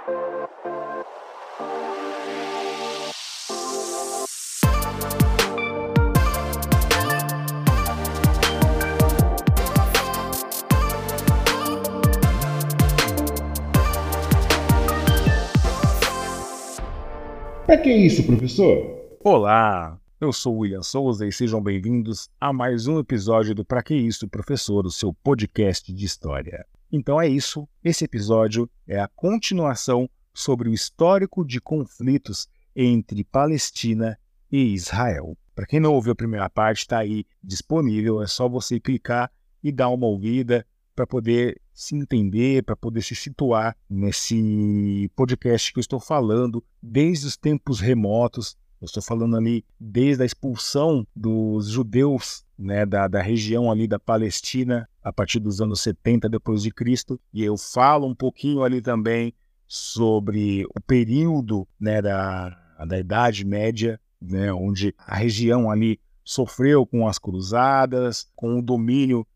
Pra que isso, professor? Olá, eu sou o William Souza e sejam bem-vindos a mais um episódio do Pra Que Isso, Professor, o seu podcast de história. Então é isso, esse episódio é a continuação sobre o histórico de conflitos entre Palestina e Israel. Para quem não ouviu a primeira parte, está aí disponível, é só você clicar e dar uma ouvida para poder se entender, para poder se situar nesse podcast que eu estou falando desde os tempos remotos. Eu estou falando ali desde a expulsão dos judeus, né, da região ali da Palestina a partir dos anos 70 depois de Cristo. E eu falo um pouquinho ali também sobre o período, né, da Idade Média, né, onde a região ali sofreu com as cruzadas, com o domínio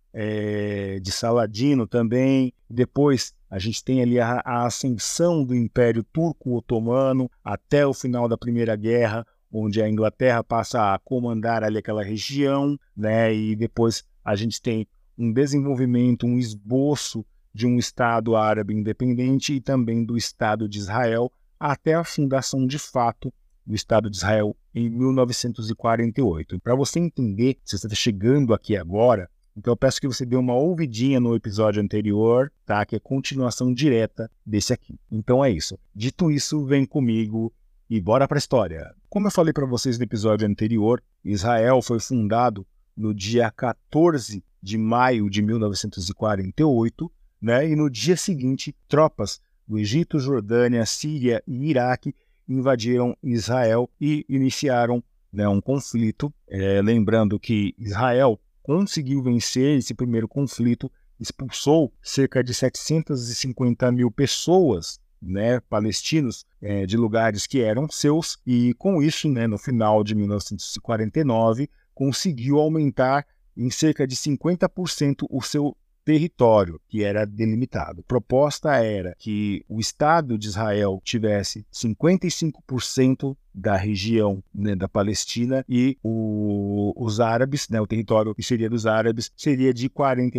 de Saladino também. Depois a gente tem ali a ascensão do Império Turco-Otomano até o final da Primeira Guerra, onde a Inglaterra passa a comandar ali aquela região, né? E depois a gente tem um desenvolvimento, um esboço de um Estado árabe independente e também do Estado de Israel, até a fundação de fato do Estado de Israel em 1948. Para você entender, se você está chegando aqui agora, então eu peço que você dê uma ouvidinha no episódio anterior, tá? Que é continuação direta desse aqui. Então é isso. Dito isso, vem comigo e bora para a história. Como eu falei para vocês no episódio anterior, Israel foi fundado no dia 14 de maio de 1948, né? E no dia seguinte, tropas do Egito, Jordânia, Síria e Iraque invadiram Israel e iniciaram, né, um conflito. Lembrando que Israel conseguiu vencer esse primeiro conflito, expulsou cerca de 750 mil pessoas, né, palestinos, de lugares que eram seus, e com isso, né, no final de 1949, conseguiu aumentar em cerca de 50% o seu território, que era delimitado. A proposta era que o Estado de Israel tivesse 55% da região, né, da Palestina, e os árabes, né, o território que seria dos árabes, seria de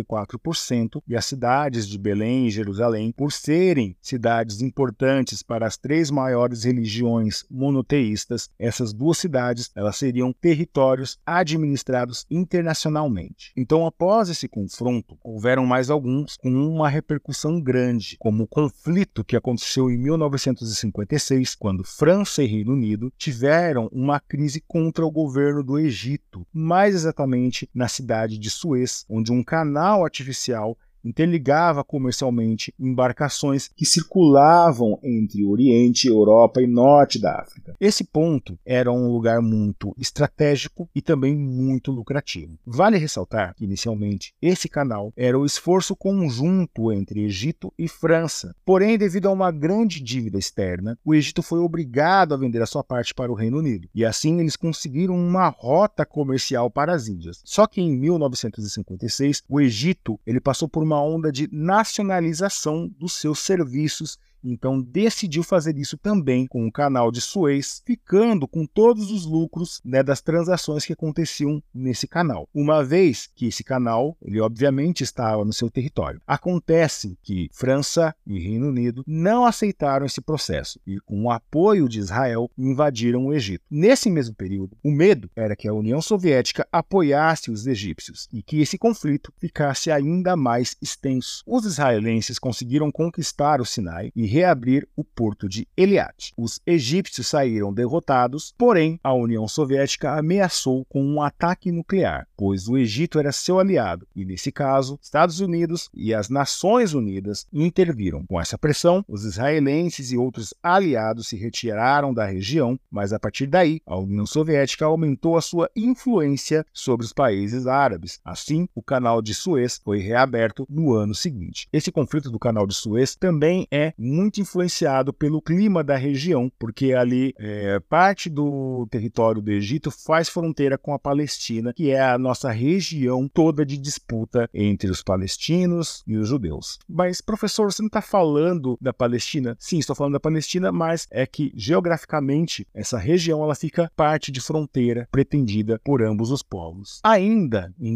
44%, e as cidades de Belém e Jerusalém, por serem cidades importantes para as três maiores religiões monoteístas, essas duas cidades elas seriam territórios administrados internacionalmente. Então, após esse confronto, houveram mais alguns com uma repercussão grande, como o conflito que aconteceu em 1956, quando França e Reino Unido tiveram uma crise contra o governo do Egito, mais exatamente na cidade de Suez, onde um canal artificial interligava comercialmente embarcações que circulavam entre Oriente, Europa e Norte da África. Esse ponto era um lugar muito estratégico e também muito lucrativo. Vale ressaltar que, inicialmente, esse canal era o esforço conjunto entre Egito e França. Porém, devido a uma grande dívida externa, o Egito foi obrigado a vender a sua parte para o Reino Unido, e assim eles conseguiram uma rota comercial para as Índias. Só que em 1956, o Egito ele passou por uma onda de nacionalização dos seus serviços, então decidiu fazer isso também com o canal de Suez, ficando com todos os lucros, né, das transações que aconteciam nesse canal. Uma vez que esse canal, ele obviamente estava no seu território. Acontece que França e Reino Unido não aceitaram esse processo e, com o apoio de Israel, invadiram o Egito. Nesse mesmo período, o medo era que a União Soviética apoiasse os egípcios e que esse conflito ficasse ainda mais extenso. Os israelenses conseguiram conquistar o Sinai e reabrir o porto de Eilat. Os egípcios saíram derrotados, porém a União Soviética ameaçou com um ataque nuclear, pois o Egito era seu aliado e, nesse caso, Estados Unidos e as Nações Unidas interviram. Com essa pressão, os israelenses e outros aliados se retiraram da região, mas a partir daí, a União Soviética aumentou a sua influência sobre os países árabes. Assim, o canal de Suez foi reaberto no ano seguinte. Esse conflito do canal de Suez também é muito muito influenciado pelo clima da região, porque ali parte do território do Egito faz fronteira com a Palestina, que é a nossa região toda de disputa entre os palestinos e os judeus. Mas, professor, você não está falando da Palestina? Sim, estou falando da Palestina, mas é que geograficamente essa região ela fica parte de fronteira pretendida por ambos os povos. Ainda em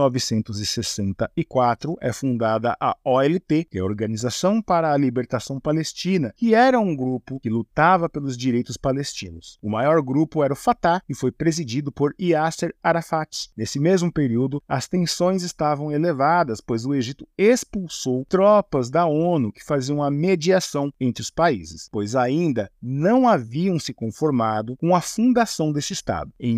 1964 é fundada a OLP, que é a Organização para a Libertação Palestina, que era um grupo que lutava pelos direitos palestinos. O maior grupo era o Fatah e foi presidido por Yasser Arafat. Nesse mesmo período, as tensões estavam elevadas, pois o Egito expulsou tropas da ONU que faziam a mediação entre os países, pois ainda não haviam se conformado com a fundação desse Estado. Em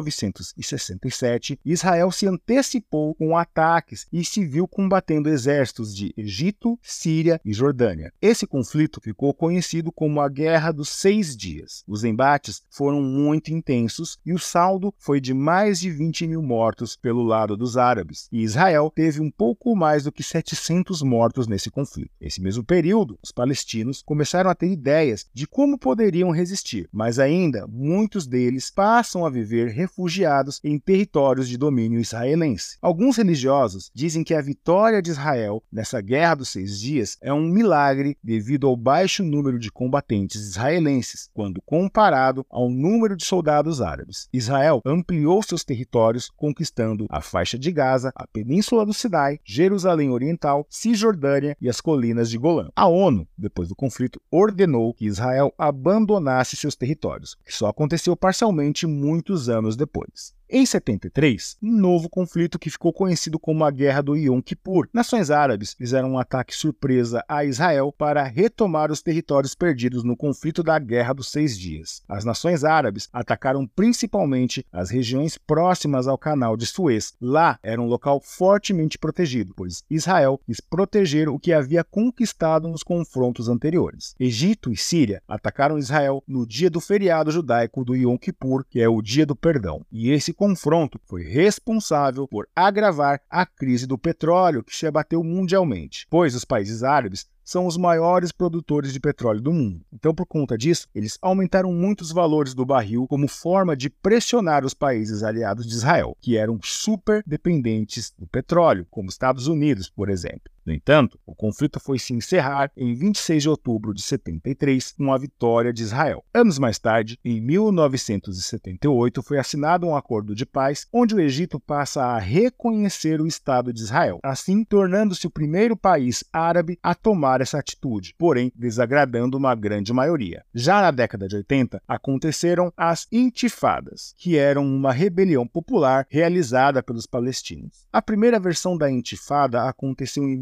1967, Israel se antecipou com ataques e se viu combatendo exércitos de Egito, Síria e Jordânia. Esse conflito ficou conhecido como a Guerra dos 6 Dias. Os embates foram muito intensos e o saldo foi de mais de 20 mil mortos pelo lado dos árabes, e Israel teve um pouco mais do que 700 mortos nesse conflito. Nesse mesmo período, os palestinos começaram a ter ideias de como poderiam resistir, mas ainda muitos deles passam a viver refugiados em territórios de domínio israelense. Alguns religiosos dizem que a vitória de Israel nessa Guerra dos 6 Dias é um milagre devido ao baixo número de combatentes israelenses, quando comparado ao número de soldados árabes. Israel ampliou seus territórios, conquistando a faixa de Gaza, a Península do Sinai, Jerusalém Oriental, Cisjordânia e as colinas de Golã. A ONU, depois do conflito, ordenou que Israel abandonasse seus territórios, que só aconteceu parcialmente muitos anos depois. Em 73, um novo conflito que ficou conhecido como a Guerra do Yom Kippur. Nações árabes fizeram um ataque surpresa a Israel para retomar os territórios perdidos no conflito da Guerra dos 6 Dias. As nações árabes atacaram principalmente as regiões próximas ao Canal de Suez. Lá era um local fortemente protegido, pois Israel quis proteger o que havia conquistado nos confrontos anteriores. Egito e Síria atacaram Israel no dia do feriado judaico do Yom Kippur, que é o Dia do Perdão. E esse confronto foi responsável por agravar a crise do petróleo que se abateu mundialmente, pois os países árabes são os maiores produtores de petróleo do mundo. Então, por conta disso, eles aumentaram muito os valores do barril como forma de pressionar os países aliados de Israel, que eram super dependentes do petróleo, como Estados Unidos, por exemplo. No entanto, o conflito foi se encerrar em 26 de outubro de 73 com a vitória de Israel. Anos mais tarde, em 1978, foi assinado um acordo de paz onde o Egito passa a reconhecer o Estado de Israel, assim tornando-se o primeiro país árabe a tomar essa atitude, porém desagradando uma grande maioria. Já na década de 80, aconteceram as Intifadas, que eram uma rebelião popular realizada pelos palestinos. A primeira versão da Intifada aconteceu em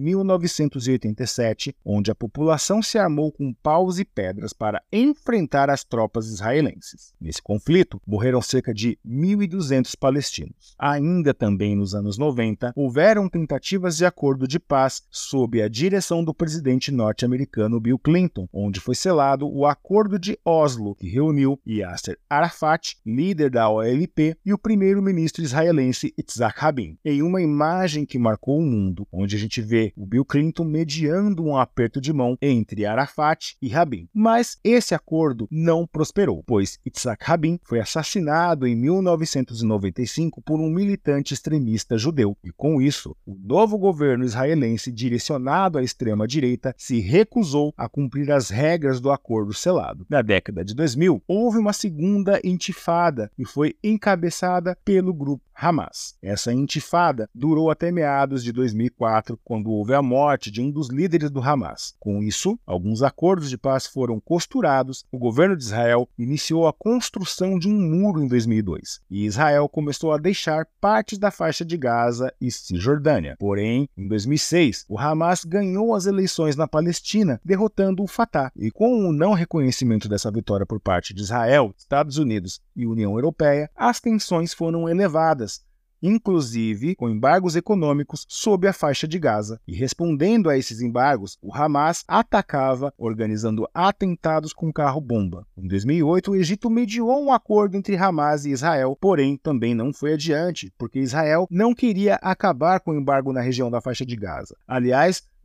1987, onde a população se armou com paus e pedras para enfrentar as tropas israelenses. Nesse conflito, morreram cerca de 1.200 palestinos. Ainda também nos anos 90, houveram tentativas de acordo de paz sob a direção do presidente norte-americano Bill Clinton, onde foi selado o Acordo de Oslo, que reuniu Yasser Arafat, líder da OLP, e o primeiro-ministro israelense Yitzhak Rabin, em uma imagem que marcou o mundo, onde a gente vê o Bill Clinton mediando um aperto de mão entre Arafat e Rabin. Mas esse acordo não prosperou, pois Yitzhak Rabin foi assassinado em 1995 por um militante extremista judeu, e com isso, o novo governo israelense direcionado à extrema-direita se recusou a cumprir as regras do acordo selado. Na década de 2000, houve uma segunda intifada e foi encabeçada pelo grupo Hamas. Essa intifada durou até meados de 2004, quando houve a morte de um dos líderes do Hamas. Com isso, alguns acordos de paz foram costurados, o governo de Israel iniciou a construção de um muro em 2002, e Israel começou a deixar partes da faixa de Gaza e Cisjordânia. Porém, em 2006, o Hamas ganhou as eleições na Palestina, derrotando o Fatah, e com o não reconhecimento dessa vitória por parte de Israel, Estados Unidos e União Europeia, as tensões foram elevadas, inclusive com embargos econômicos sob a faixa de Gaza. E respondendo a esses embargos, o Hamas atacava, organizando atentados com carro-bomba. Em 2008, o Egito mediou um acordo entre Hamas e Israel, porém também não foi adiante, porque Israel não queria acabar com o embargo na região da faixa de Gaza. Aliás,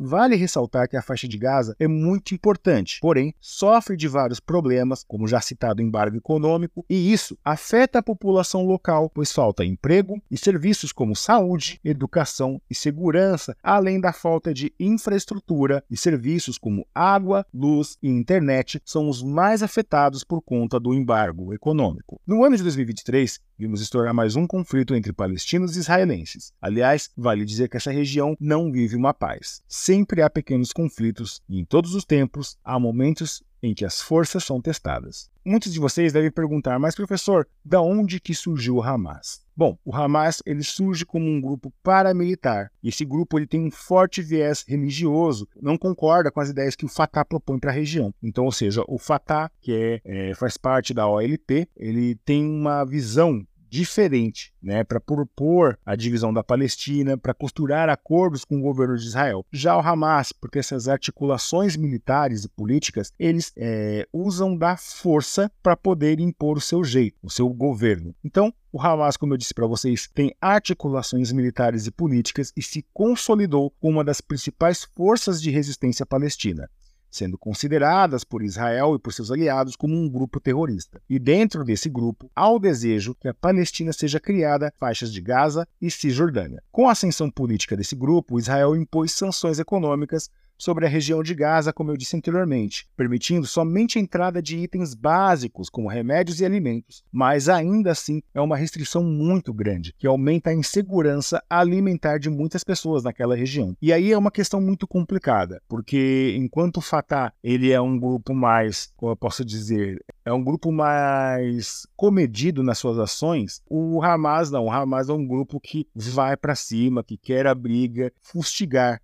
Vale ressaltar que a faixa de Gaza é muito importante, porém sofre de vários problemas, como já citado embargo econômico, e isso afeta a população local, pois falta emprego e serviços como saúde, educação e segurança, além da falta de infraestrutura e serviços como água, luz e internet são os mais afetados por conta do embargo econômico. No ano de 2023, vimos estourar mais um conflito entre palestinos e israelenses. Aliás, vale dizer que essa região não vive uma paz. Sempre há pequenos conflitos e em todos os tempos há momentos em que as forças são testadas. Muitos de vocês devem perguntar, mas professor, da onde que surgiu o Hamas? Bom, o Hamas ele surge como um grupo paramilitar. E esse grupo ele tem um forte viés religioso, não concorda com as ideias que o Fatah propõe para a região. Então, ou seja, o Fatah, que faz parte da OLP, ele tem uma visão diferente, para propor a divisão da Palestina, para costurar acordos com o governo de Israel. Já o Hamas, por ter essas articulações militares e políticas, eles usam da força para poder impor o seu jeito, o seu governo. Então, o Hamas, como eu disse para vocês, tem articulações militares e políticas e se consolidou como uma das principais forças de resistência palestina, sendo consideradas por Israel e por seus aliados como um grupo terrorista. E dentro desse grupo, há o desejo que a Palestina seja criada faixas de Gaza e Cisjordânia. Com a ascensão política desse grupo, Israel impôs sanções econômicas sobre a região de Gaza, como eu disse anteriormente, permitindo somente a entrada de itens básicos, como remédios e alimentos, mas ainda assim é uma restrição muito grande, que aumenta a insegurança alimentar de muitas pessoas naquela região. E aí é uma questão muito complicada, porque enquanto o Fatah ele é um grupo mais, como eu posso dizer, é um grupo mais comedido nas suas ações, o Hamas não. O Hamas é um grupo que vai para cima, que quer a briga, fustigar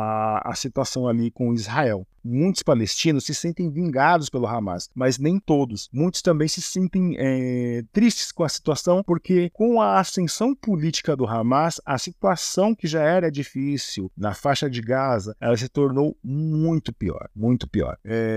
a situação ali com Israel. Muitos palestinos se sentem vingados pelo Hamas, mas nem todos. Muitos também se sentem tristes com a situação, porque com a ascensão política do Hamas, a situação que já era difícil na faixa de Gaza, ela se tornou muito pior, muito pior.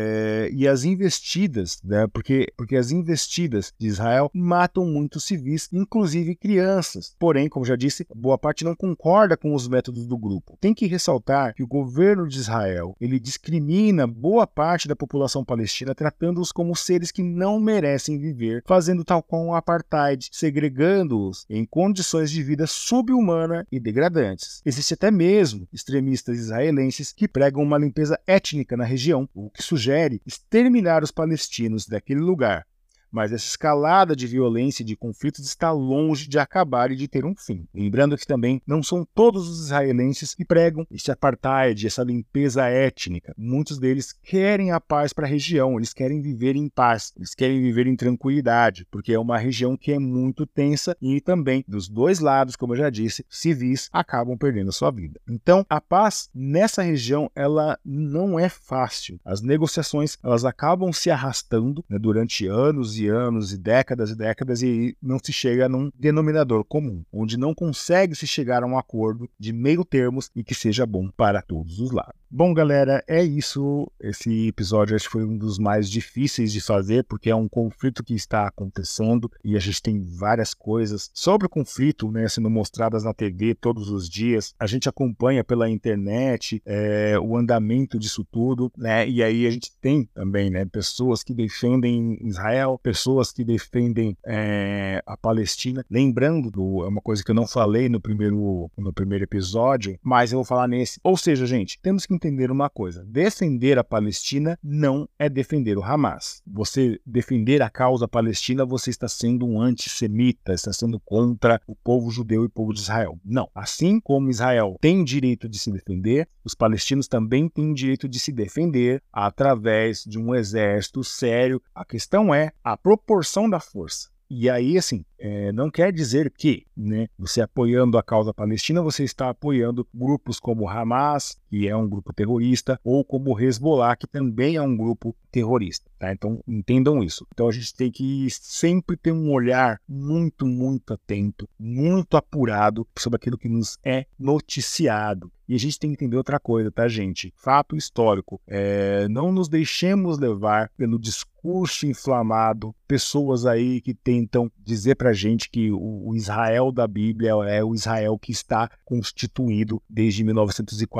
E as investidas, porque as investidas de Israel matam muitos civis, inclusive crianças. Porém, como já disse, boa parte não concorda com os métodos do grupo. Tem que ressaltar que o governo de Israel, ele discrimina boa parte da população palestina, tratando-os como seres que não merecem viver, fazendo tal qual um apartheid, segregando-os em condições de vida subhumana e degradantes. Existe até mesmo extremistas israelenses que pregam uma limpeza étnica na região, o que sugere exterminar os palestinos daquele lugar. Mas essa escalada de violência e de conflitos está longe de acabar e de ter um fim. Lembrando que também não são todos os israelenses que pregam esse apartheid, essa limpeza étnica. Muitos deles querem a paz para a região, eles querem viver em paz, eles querem viver em tranquilidade, porque é uma região que é muito tensa e também, dos dois lados, como eu já disse, civis acabam perdendo a sua vida. Então, a paz nessa região, ela não é fácil. As negociações, elas acabam se arrastando durante anos e décadas, e não se chega num denominador comum, onde não consegue se chegar a um acordo de meio termos e que seja bom para todos os lados. Bom, galera, é isso. Esse episódio acho que foi um dos mais difíceis de fazer, porque é um conflito que está acontecendo e a gente tem várias coisas sobre o conflito, sendo mostradas na TV todos os dias. A gente acompanha pela internet o andamento disso tudo, e aí a gente tem também pessoas que defendem Israel, pessoas que defendem a Palestina. Lembrando, é uma coisa que eu não falei no primeiro episódio, mas eu vou falar nesse. Ou seja, gente, temos que entender uma coisa: defender a Palestina não é defender o Hamas. Você defender a causa palestina, você está sendo um antissemita, está sendo contra o povo judeu e o povo de Israel. Não. Assim como Israel tem o direito de se defender, os palestinos também têm o direito de se defender através de um exército sério. A questão é a proporção da força. E aí, assim, não quer dizer que, você apoiando a causa palestina, você está apoiando grupos como Hamas, que é um grupo terrorista, ou como Hezbollah, que também é um grupo terrorista, tá? Então, entendam isso. Então, a gente tem que sempre ter um olhar muito, muito atento, muito apurado sobre aquilo que nos é noticiado. E a gente tem que entender outra coisa, tá, gente? Fato histórico. Não nos deixemos levar pelo discurso inflamado, pessoas aí que tentam dizer pra gente que o Israel da Bíblia é o Israel que está constituído desde 1948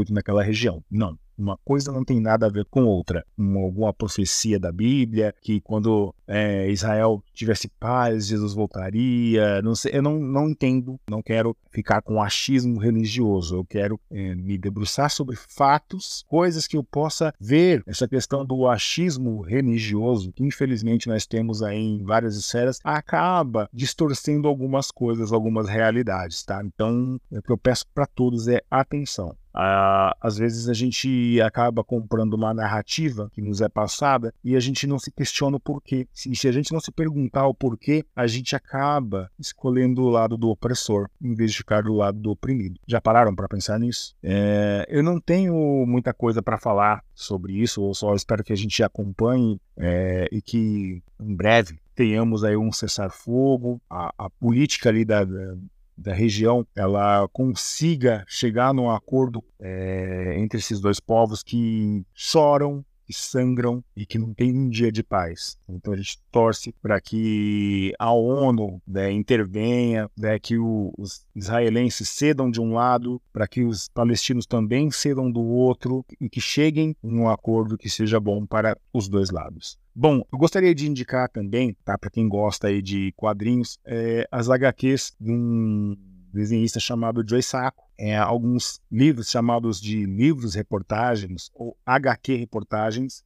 muito naquela região. Não. Uma coisa não tem nada a ver com outra. Alguma profecia da Bíblia, que quando Israel tivesse paz, Jesus voltaria. Não sei, eu não entendo, não quero ficar com achismo religioso. Eu quero me debruçar sobre fatos, coisas que eu possa ver. Essa questão do achismo religioso, que infelizmente nós temos aí em várias esferas, acaba distorcendo algumas coisas, algumas realidades, tá? Então, o que eu peço para todos é atenção. Às vezes a gente acaba comprando uma narrativa que nos é passada e a gente não se questiona o porquê. Se a gente não se perguntar o porquê, a gente acaba escolhendo o lado do opressor em vez de ficar do lado do oprimido. Já pararam para pensar nisso? Eu não tenho muita coisa para falar sobre isso, eu só espero que a gente acompanhe e que em breve tenhamos aí um cessar-fogo, a política ali da região, ela consiga chegar num acordo entre esses dois povos que choram, que sangram e que não tem um dia de paz. Então a gente torce para que a ONU intervenha, que os israelenses cedam de um lado, para que os palestinos também cedam do outro e que cheguem em um acordo que seja bom para os dois lados. Bom, eu gostaria de indicar também, tá, para quem gosta aí de quadrinhos, as HQs de um desenhista chamado Joe Sacco, alguns livros chamados de livros-reportagens ou HQ-reportagens,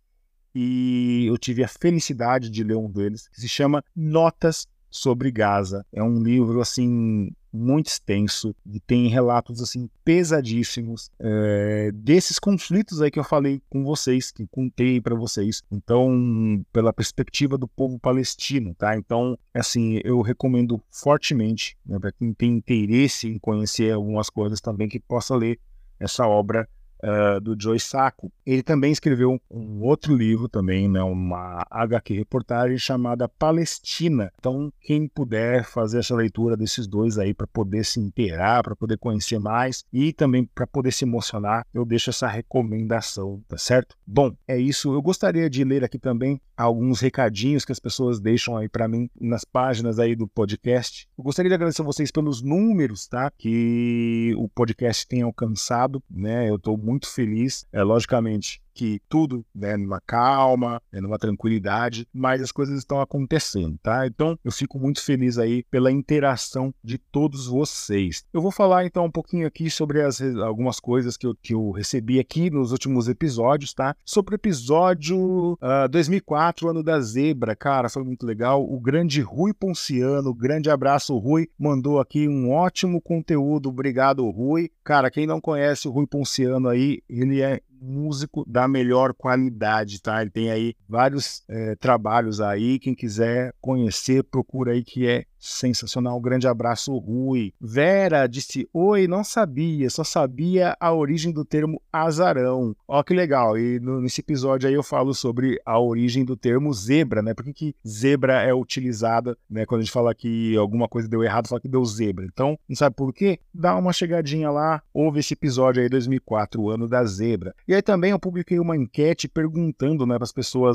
e eu tive a felicidade de ler um deles, que se chama Notas sobre Gaza. É um livro, assim, muito extenso, e tem relatos, assim, pesadíssimos desses conflitos aí que eu falei com vocês, que contei para vocês. Então, pela perspectiva do povo palestino, tá? Então, assim, eu recomendo fortemente, né, para quem tem interesse em conhecer algumas coisas também, que possa ler essa obra do Joe Sacco. Ele também escreveu um outro livro também, né, uma HQ reportagem chamada Palestina. Então, quem puder fazer essa leitura desses dois aí para poder se inteirar, para poder conhecer mais e também para poder se emocionar, eu deixo essa recomendação, tá certo? Bom, é isso. Eu gostaria de ler aqui também alguns recadinhos que as pessoas deixam aí para mim nas páginas aí do podcast. Eu gostaria de agradecer a vocês pelos números, tá, que o podcast tem alcançado, né? Eu estou muito feliz, logicamente que tudo, né, numa calma, numa tranquilidade, mas as coisas estão acontecendo, tá? Então, eu fico muito feliz aí pela interação de todos vocês. Eu vou falar, então, um pouquinho aqui sobre algumas coisas que eu recebi aqui nos últimos episódios, tá? Sobre o episódio 2004, Ano da Zebra, cara, foi muito legal. O grande Rui Ponciano, grande abraço, Rui, mandou aqui um ótimo conteúdo, obrigado, Rui. Cara, quem não conhece o Rui Ponciano aí, ele é músico da melhor qualidade, tá? Ele tem aí vários trabalhos aí, quem quiser conhecer, procura aí, que é sensacional. Um grande abraço, Rui. Vera disse, oi, não sabia, só sabia a origem do termo azarão. Ó, que legal, e nesse episódio aí eu falo sobre a origem do termo zebra, né? Por que zebra é utilizada, né? Quando a gente fala que alguma coisa deu errado, fala que deu zebra. Então, não sabe por quê? Dá uma chegadinha lá, ouve esse episódio aí, 2004, o Ano da Zebra. E aí também eu publiquei uma enquete perguntando, né, para as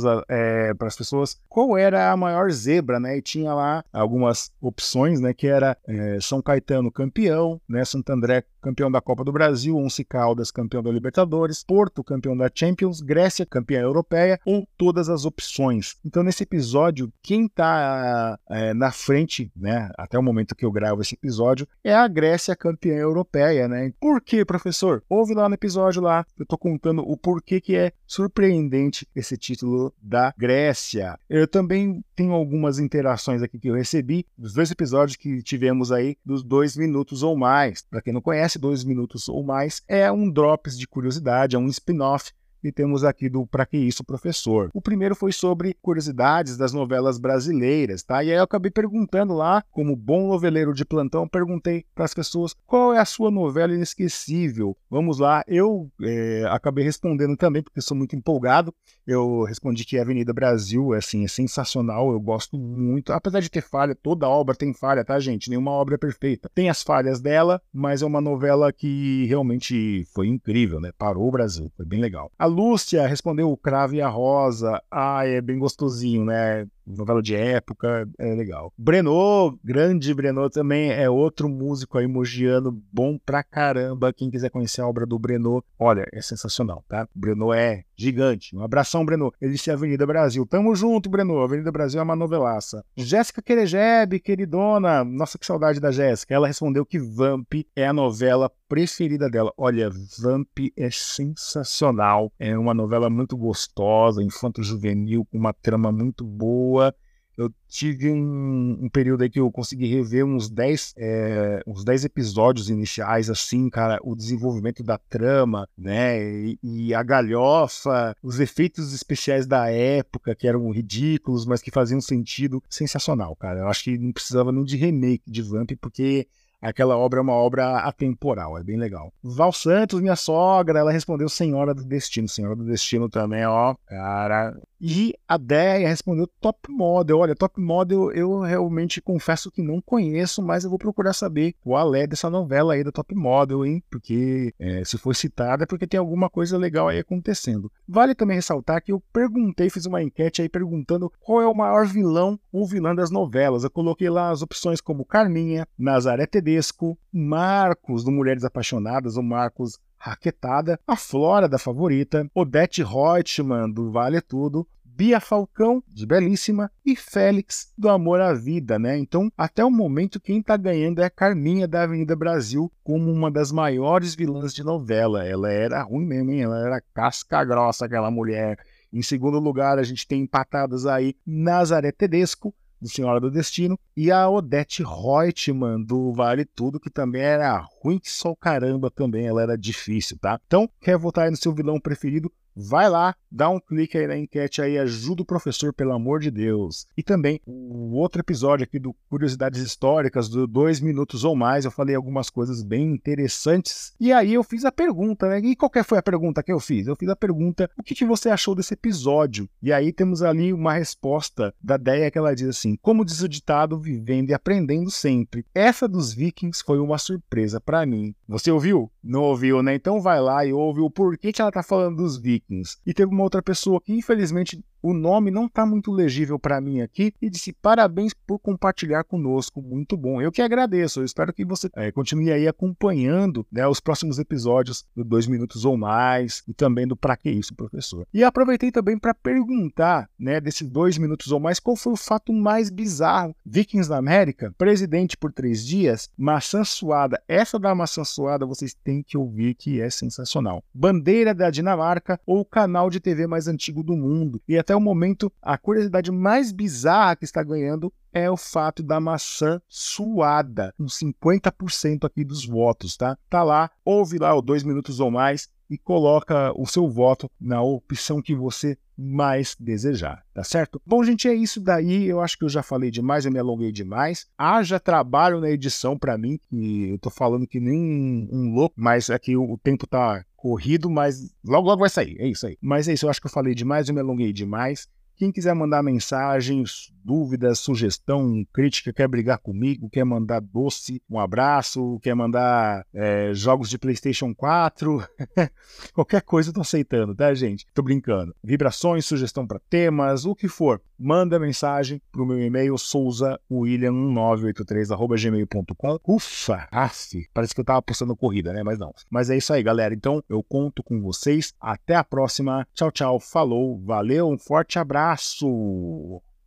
pessoas qual era a maior zebra, né? E tinha lá algumas opções, né, que era São Caetano campeão, né, Santo André campeão da Copa do Brasil, Once Caldas campeão da Libertadores, Porto campeão da Champions, Grécia campeã europeia, ou todas as opções. Então nesse episódio, quem está na frente, né, até o momento que eu gravo esse episódio, é a Grécia campeã europeia, né? Por quê, professor? Ouve lá no episódio lá, eu tô contando o porquê que é surpreendente esse título da Grécia. Eu também tenho algumas interações aqui que eu recebi dos dois episódios que tivemos aí dos 2 minutos ou mais. Para quem não conhece, 2 minutos ou mais é um drops de curiosidade, é um spin-off que temos aqui do Pra Que Isso, Professor. O primeiro foi sobre curiosidades das novelas brasileiras, tá? E aí eu acabei perguntando lá, como bom noveleiro de plantão, perguntei para as pessoas qual é a sua novela inesquecível. Vamos lá, eu acabei respondendo também, porque sou muito empolgado. Eu respondi que Avenida Brasil assim, é sensacional, eu gosto muito. Apesar de ter falha, toda obra tem falha, tá, gente? Nenhuma obra é perfeita. Tem as falhas dela, mas é uma novela que realmente foi incrível, né? Parou o Brasil, foi bem legal. A Lúcia respondeu o Cravo e a Rosa. Ah, é bem gostosinho, né? novela de época, é legal. Breno, grande Breno também é outro músico aí mogiano, bom pra caramba. Quem quiser conhecer a obra do Breno, olha, é sensacional, tá? O Breno é gigante. Um abração, Breno. Ele disse Avenida Brasil. Tamo junto, Breno. Avenida Brasil é uma novelaça. Jéssica Querejebe, queridona. Nossa, que saudade da Jéssica. Ela respondeu que Vamp é a novela preferida dela. Olha, Vamp é sensacional. É uma novela muito gostosa, infanto-juvenil, com uma trama muito boa. Eu tive um período aí que eu consegui rever uns 10 episódios iniciais, assim, cara, o desenvolvimento da trama, né, e a galhofa, os efeitos especiais da época, que eram ridículos, mas que faziam sentido. Sensacional, cara. Eu acho que não precisava nem de remake de Vamp, porque aquela obra é uma obra atemporal, é bem legal. Val Santos, minha sogra, ela respondeu Senhora do Destino. Senhora do Destino também, ó, cara. E a Déia respondeu Top Model. Olha, Top Model eu realmente confesso que não conheço, mas eu vou procurar saber qual é dessa novela aí da Top Model, hein? Porque se for citada é porque tem alguma coisa legal aí acontecendo. Vale também ressaltar que eu perguntei, fiz uma enquete aí perguntando qual é o maior vilão ou vilã das novelas. Eu coloquei lá as opções como Carminha, Nazaré Tedesco, Marcos do Mulheres Apaixonadas, o Marcos Raquetada, a Flora da Favorita, Odete Reutemann do Vale Tudo, Bia Falcão, de Belíssima, e Félix, do Amor à Vida, né? Então, até o momento, quem tá ganhando é a Carminha da Avenida Brasil, como uma das maiores vilãs de novela. Ela era ruim mesmo, hein? Ela era casca grossa, aquela mulher. Em segundo lugar, a gente tem empatadas aí Nazaré Tedesco, do Senhora do Destino, e a Odete Reutemann, do Vale Tudo, que também era ruim que só o caramba também, ela era difícil, tá? Então, quer votar aí no seu vilão preferido? Vai lá, dá um clique aí na enquete aí, ajuda o professor, pelo amor de Deus. E também, o outro episódio aqui do Curiosidades Históricas, do 2 minutos ou mais, eu falei algumas coisas bem interessantes. E aí eu fiz a pergunta, né? E qual que foi a pergunta que eu fiz? Eu fiz a pergunta, o que você achou desse episódio? E aí temos ali uma resposta da Déia que ela diz assim, como diz o ditado, vivendo e aprendendo sempre. Essa dos Vikings foi uma surpresa pra mim. Você ouviu? Não ouviu, né? Então vai lá e ouve o porquê que ela tá falando dos Vikings. E teve uma outra pessoa que, infelizmente, o nome não está muito legível para mim aqui e disse parabéns por compartilhar conosco, muito bom. Eu que agradeço, eu espero que você continue aí acompanhando, né, os próximos episódios do 2 minutos ou mais e também do Pra Que Isso, Professor. E aproveitei também para perguntar, né, desses 2 minutos ou mais, qual foi o fato mais bizarro? Vikings na América, presidente por 3 dias, maçã suada. Essa da maçã suada vocês têm que ouvir, que é sensacional. Bandeira da Dinamarca ou o canal de TV mais antigo do mundo. E até o momento, a curiosidade mais bizarra que está ganhando é o fato da maçã suada, com 50% aqui dos votos, tá? Tá lá, ouve lá o 2 minutos ou mais e coloca o seu voto na opção que você mais desejar, tá certo? Bom, gente, é isso daí. Eu acho que eu já falei demais, eu me alonguei demais. Haja trabalho na edição pra mim, que eu tô falando que nem um louco, mas aqui o tempo tá corrido, mas logo vai sair, é isso aí. Mas é isso, eu acho que eu falei demais, eu me alonguei demais. Quem quiser mandar mensagens, dúvidas, sugestão, crítica, quer brigar comigo, quer mandar doce, um abraço, quer mandar jogos de PlayStation 4, qualquer coisa eu tô aceitando, tá, gente? Tô brincando. Vibrações, sugestão para temas, o que for. Manda mensagem pro meu e-mail souzawilliam1983@gmail.com. Ufa, parece que eu tava postando corrida, né? Mas não. Mas é isso aí, galera. Então, eu conto com vocês. Até a próxima. Tchau, tchau. Falou. Valeu. Um forte abraço.